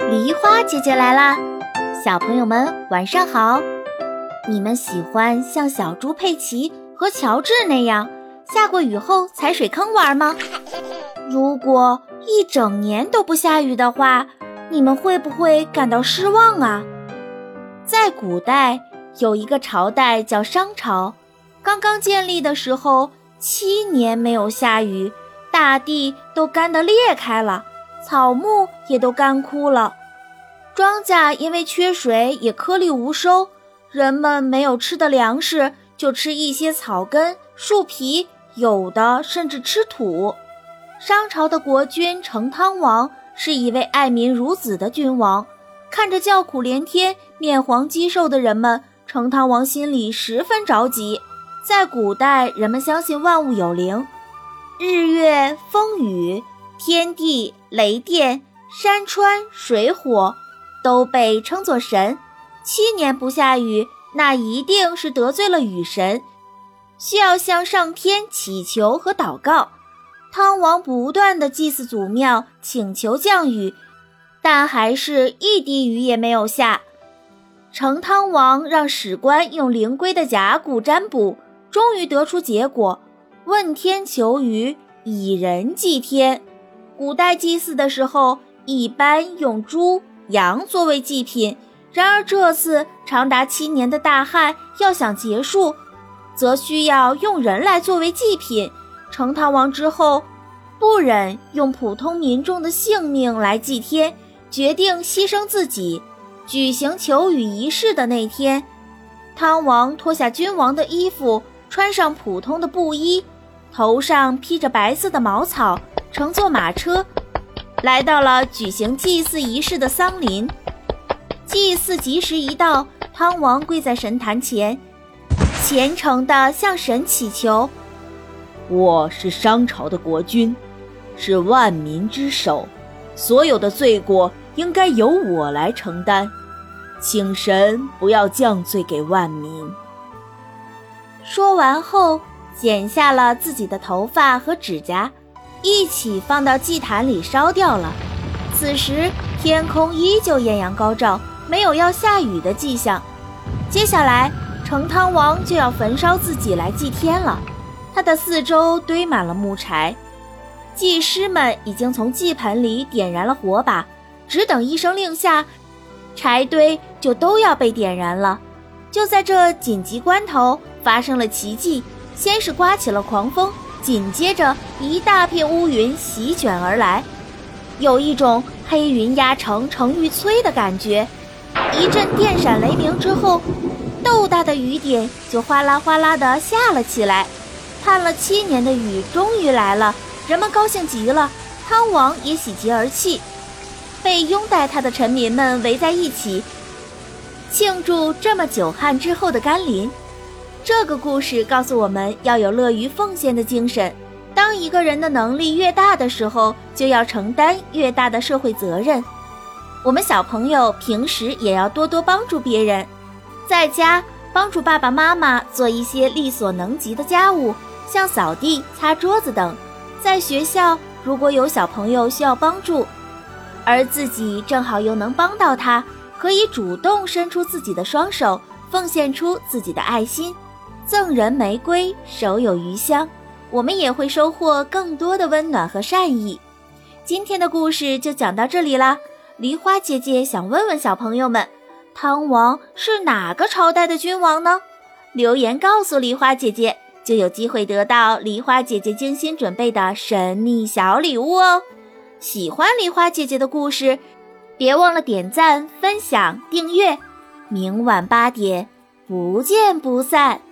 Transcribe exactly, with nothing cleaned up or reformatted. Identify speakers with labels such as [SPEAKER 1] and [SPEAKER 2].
[SPEAKER 1] 梨花姐姐来啦！小朋友们晚上好。你们喜欢像小猪佩奇和乔治那样下过雨后踩水坑玩吗？如果一整年都不下雨的话，你们会不会感到失望啊？在古代有一个朝代叫商朝，刚刚建立的时候七年没有下雨，大地都干得裂开了，草木也都干枯了，庄稼因为缺水也颗粒无收，人们没有吃的粮食，就吃一些草根、树皮，有的甚至吃土。商朝的国君成汤王是一位爱民如子的君王，看着叫苦连天、面黄肌瘦的人们，成汤王心里十分着急。在古代，人们相信万物有灵，日月、风雨、天地、雷电、山川、水火都被称作神。七年不下雨，那一定是得罪了雨神，需要向上天祈求和祷告。汤王不断地祭祀祖庙，请求降雨，但还是一滴雨也没有下。成汤王让史官用灵龟的甲骨占卜，终于得出结果：问天求雨，以人祭天。古代祭祀的时候，一般用猪、羊作为祭品，然而这次长达七年的大旱要想结束，则需要用人来作为祭品。成汤王之后不忍用普通民众的性命来祭天，决定牺牲自己。举行求雨仪式的那天，汤王脱下君王的衣服，穿上普通的布衣，头上披着白色的茅草，乘坐马车来到了举行祭祀仪式的桑林。祭祀吉时一到，汤王跪在神坛前，虔诚地向神祈求：
[SPEAKER 2] 我是商朝的国君，是万民之首，所有的罪过应该由我来承担，请神不要降罪给万民。
[SPEAKER 1] 说完后，剪下了自己的头发和指甲，一起放到祭坛里烧掉了。此时天空依旧艳阳高照，没有要下雨的迹象。接下来成汤王就要焚烧自己来祭天了，他的四周堆满了木柴，祭师们已经从祭盆里点燃了火把，只等一声令下，柴堆就都要被点燃了。就在这紧急关头，发生了奇迹，先是刮起了狂风，紧接着一大片乌云席卷而来，有一种黑云压城城欲摧的感觉。一阵电闪雷鸣之后，豆大的雨点就哗啦哗啦地下了起来。盼了七年的雨终于来了，人们高兴极了，汤王也喜极而泣。被拥戴他的臣民们围在一起，庆祝这么久旱之后的甘霖。这个故事告诉我们要有乐于奉献的精神，当一个人的能力越大的时候，就要承担越大的社会责任。我们小朋友平时也要多多帮助别人，在家帮助爸爸妈妈做一些力所能及的家务，像扫地、擦桌子等。在学校，如果有小朋友需要帮助，而自己正好又能帮到他，可以主动伸出自己的双手，奉献出自己的爱心。赠人玫瑰，手有余香，我们也会收获更多的温暖和善意。今天的故事就讲到这里啦。梨花姐姐想问问小朋友们，汤王是哪个朝代的君王呢？留言告诉梨花姐姐，就有机会得到梨花姐姐精心准备的神秘小礼物哦。喜欢梨花姐姐的故事，别忘了点赞、分享、订阅。明晚八点，不见不散。